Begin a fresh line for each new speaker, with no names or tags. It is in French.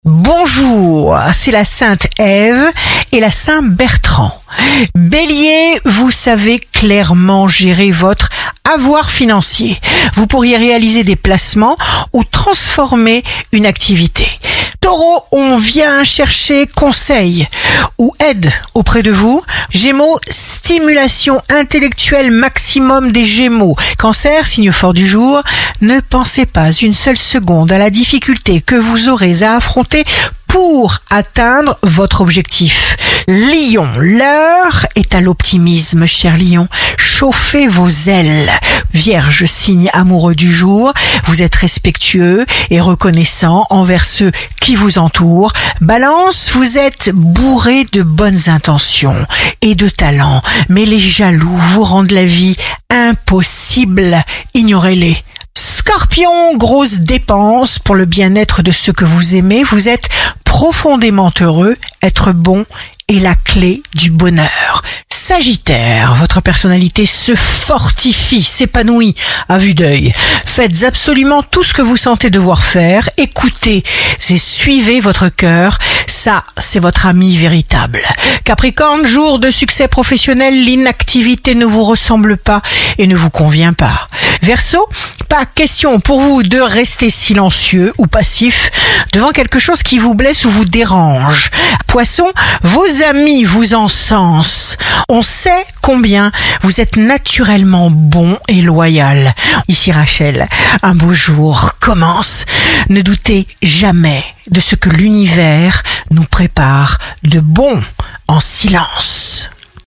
Bonjour, c'est la Sainte Ève et la Saint Bertrand. Bélier, vous savez clairement gérer votre avoir financier. Vous pourriez réaliser des placements ou transformer une activité. Taureau, on vient chercher conseil ou aide auprès de vous. Gémeaux, stimulation intellectuelle maximum des Gémeaux. Cancer, signe fort du jour, ne pensez pas une seule seconde à la difficulté que vous aurez à affronter pour atteindre votre objectif. Lion, l'heure est à l'optimisme, cher Lion. Chauffez vos ailes. Vierge, signe amoureux du jour, vous êtes respectueux et reconnaissant envers ceux qui vous entourent. Balance, vous êtes bourré de bonnes intentions et de talent, mais les jaloux vous rendent la vie impossible. Ignorez-les. Scorpion, grosse dépense pour le bien-être de ceux que vous aimez. Vous êtes profondément heureux. Être bon est la clé du bonheur. Sagittaire, votre personnalité se fortifie, s'épanouit à vue d'œil. Faites absolument tout ce que vous sentez devoir faire. Écoutez et suivez votre cœur. Ça, c'est votre ami véritable. Capricorne, jour de succès professionnel, l'inactivité ne vous ressemble pas et ne vous convient pas. Verseau, pas question pour vous de rester silencieux ou passif devant quelque chose qui vous blesse ou vous dérange. Poisson, vos amis vous encensent. On sait combien vous êtes naturellement bon et loyal. Ici Rachel, un beau jour commence. Ne doutez jamais de ce que l'univers nous prépare de bon en silence.